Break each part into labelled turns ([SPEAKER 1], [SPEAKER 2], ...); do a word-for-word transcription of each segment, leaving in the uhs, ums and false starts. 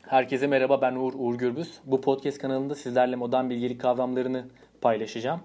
[SPEAKER 1] Herkese merhaba, ben Uğur, Uğur Gürbüz. Bu podcast kanalında sizlerle modern bilgelik kavramlarını paylaşacağım.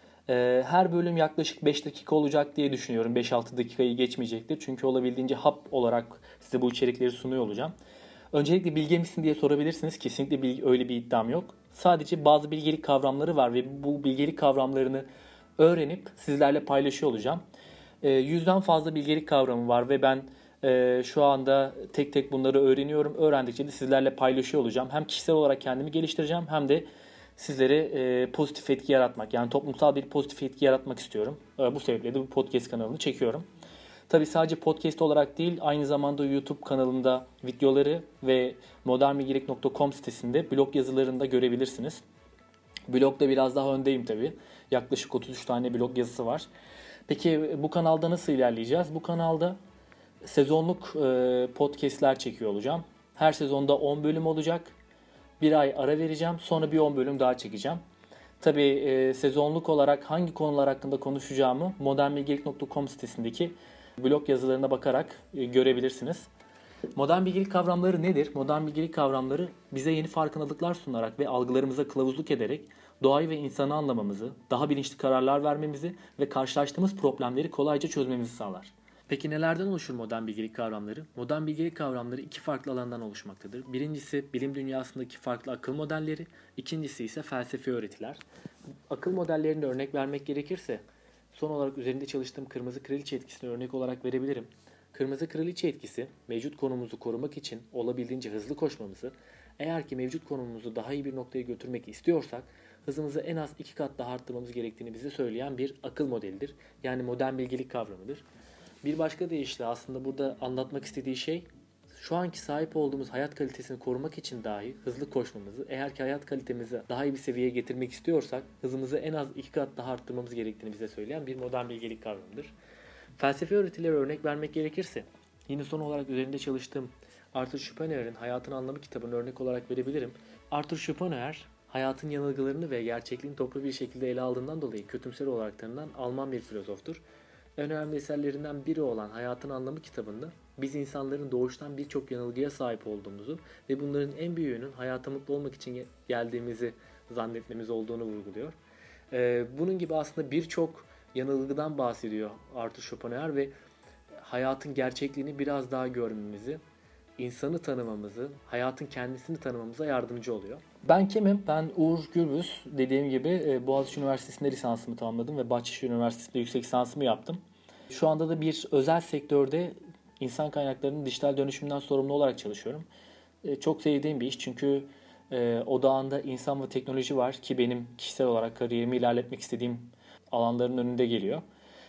[SPEAKER 1] Ee, her bölüm yaklaşık beş dakika olacak diye düşünüyorum. beş altı dakikayı geçmeyecektir. Çünkü olabildiğince hap olarak size bu içerikleri sunuyor olacağım. Öncelikle bilge misin diye sorabilirsiniz. Kesinlikle bilgi, öyle bir iddiam yok. Sadece bazı bilgelik kavramları var ve bu bilgelik kavramlarını öğrenip sizlerle paylaşıyor olacağım. Ee, yüzden fazla bilgelik kavramı var ve ben e, şu anda tek tek bunları öğreniyorum. Öğrendikçe de sizlerle paylaşıyor olacağım. Hem kişisel olarak kendimi geliştireceğim hem de sizlere e, pozitif etki yaratmak, yani toplumsal bir pozitif etki yaratmak istiyorum. E, bu sebeple de bu podcast kanalını çekiyorum. Tabii sadece podcast olarak değil, aynı zamanda YouTube kanalımda videoları ve modern bilgelik nokta com sitesinde blog yazılarını da görebilirsiniz. Blogda biraz daha öndeyim tabii. Yaklaşık otuz üç tane blog yazısı var. Peki bu kanalda nasıl ilerleyeceğiz? Bu kanalda sezonluk e, podcastler çekiyor olacağım. Her sezonda on bölüm olacak. Bir ay ara vereceğim. Sonra bir on bölüm daha çekeceğim. Tabii e, sezonluk olarak hangi konular hakkında konuşacağımı modern bilgelik nokta com sitesindeki blog yazılarına bakarak e, görebilirsiniz. Modern bilgelik kavramları nedir? Modern bilgelik kavramları bize yeni farkındalıklar sunarak ve algılarımıza kılavuzluk ederek doğayı ve insanı anlamamızı, daha bilinçli kararlar vermemizi ve karşılaştığımız problemleri kolayca çözmemizi sağlar. Peki nelerden oluşur modern bilgelik kavramları? Modern bilgelik kavramları iki farklı alandan oluşmaktadır. Birincisi bilim dünyasındaki farklı akıl modelleri, ikincisi ise felsefi öğretiler. Akıl modellerine örnek vermek gerekirse, son olarak üzerinde çalıştığım kırmızı kraliçe etkisini örnek olarak verebilirim. Kırmızı kraliçe etkisi, mevcut konumumuzu korumak için olabildiğince hızlı koşmamızı, eğer ki mevcut konumumuzu daha iyi bir noktaya götürmek istiyorsak, hızımızı en az iki kat daha arttırmamız gerektiğini bize söyleyen bir akıl modelidir. Yani modern bilgelik kavramıdır. Bir başka deyişle aslında burada anlatmak istediği şey, şu anki sahip olduğumuz hayat kalitesini korumak için dahi hızlı koşmamızı, eğer ki hayat kalitemizi daha iyi bir seviyeye getirmek istiyorsak hızımızı en az iki kat daha arttırmamız gerektiğini bize söyleyen bir modern bilgelik kavramıdır. Felsefi öğretilere örnek vermek gerekirse, yine son olarak üzerinde çalıştığım Arthur Schopenhauer'in Hayatın Anlamı kitabını örnek olarak verebilirim. Arthur Schopenhauer, hayatın yanılgılarını ve gerçekliğini toplu bir şekilde ele aldığından dolayı kötümser olarak tanınan Alman bir filozoftur. En önemli eserlerinden biri olan Hayatın Anlamı kitabında biz insanların doğuştan birçok yanılgıya sahip olduğumuzu ve bunların en büyüğünün hayata mutlu olmak için geldiğimizi zannetmemiz olduğunu vurguluyor. Ee, bunun gibi aslında birçok yanılgıdan bahsediyor Arthur Schopenhauer ve hayatın gerçekliğini biraz daha görmemizi, insanı tanımamızı, hayatın kendisini tanımamıza yardımcı oluyor. Ben kimim? Ben Uğur Gürbüz. Dediğim gibi Boğaziçi Üniversitesi'nde lisansımı tamamladım ve Bahçeşehir Üniversitesi'nde yüksek lisansımı yaptım. Şu anda da bir özel sektörde insan kaynaklarının dijital dönüşümünden sorumlu olarak çalışıyorum. Çok sevdiğim bir iş çünkü odağında insan ve teknoloji var ki benim kişisel olarak kariyerimi ilerletmek istediğim alanların önünde geliyor.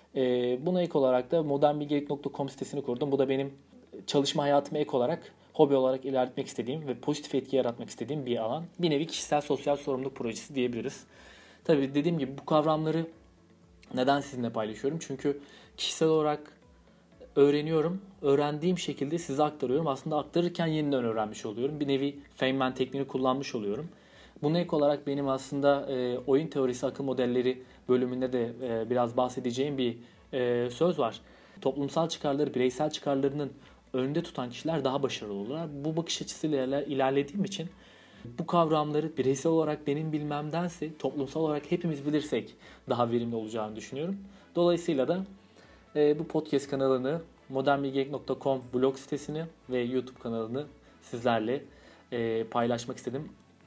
[SPEAKER 1] Buna ek olarak da modern bilgelik nokta com sitesini kurdum. Bu da benim çalışma hayatımı ek olarak, hobi olarak ilerletmek istediğim ve pozitif etki yaratmak istediğim bir alan. Bir nevi kişisel sosyal sorumluluk projesi diyebiliriz. Tabii dediğim gibi bu kavramları neden sizinle paylaşıyorum? Çünkü kişisel olarak öğreniyorum. Öğrendiğim şekilde size aktarıyorum. Aslında aktarırken yeniden öğrenmiş oluyorum. Bir nevi Feynman tekniğini kullanmış oluyorum. Buna ek olarak benim aslında e, oyun teorisi akıl modelleri bölümünde de e, biraz bahsedeceğim bir e, söz var. Toplumsal çıkarları, bireysel çıkarlarının önünde tutan kişiler daha başarılı olurlar. Bu bakış açısıyla ilerlediğim için bu kavramları bireysel olarak benim bilmemdense toplumsal olarak hepimiz bilirsek daha verimli olacağını düşünüyorum. Dolayısıyla da e, bu podcast kanalını, modern bilgelik nokta com blog sitesini ve YouTube kanalını sizlerle e, paylaşmak istedim.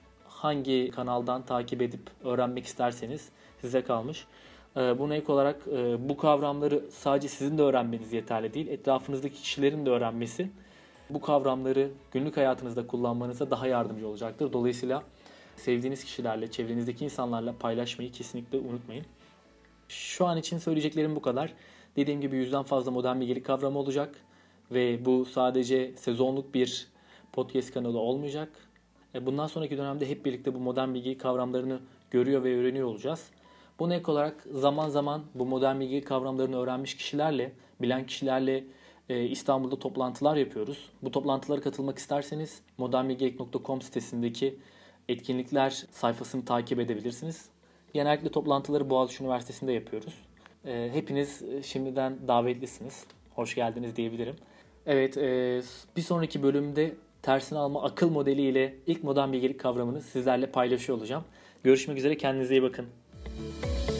[SPEAKER 1] Hangi kanaldan takip edip öğrenmek isterseniz size kalmış. Buna ek olarak bu kavramları sadece sizin de öğrenmeniz yeterli değil. Etrafınızdaki kişilerin de öğrenmesi bu kavramları günlük hayatınızda kullanmanıza daha yardımcı olacaktır. Dolayısıyla sevdiğiniz kişilerle, çevrenizdeki insanlarla paylaşmayı kesinlikle unutmayın. Şu an için söyleyeceklerim bu kadar. Dediğim gibi yüzden fazla modern bilgelik kavramı olacak. Ve bu sadece sezonluk bir podcast kanalı olmayacak. Bundan sonraki dönemde hep birlikte bu modern bilgi kavramlarını görüyor ve öğreniyor olacağız. Buna ek olarak zaman zaman bu modern bilgi kavramlarını öğrenmiş kişilerle, bilen kişilerle İstanbul'da toplantılar yapıyoruz. Bu toplantılara katılmak isterseniz modern bilgelik nokta com sitesindeki etkinlikler sayfasını takip edebilirsiniz. Genellikle toplantıları Boğaziçi Üniversitesi'nde yapıyoruz. Hepiniz şimdiden davetlisiniz. Hoş geldiniz diyebilirim. Evet, bir sonraki bölümde tersine alma akıl modeli ile ilk modern bilgelik kavramını sizlerle paylaşıyor olacağım. Görüşmek üzere, kendinize iyi bakın.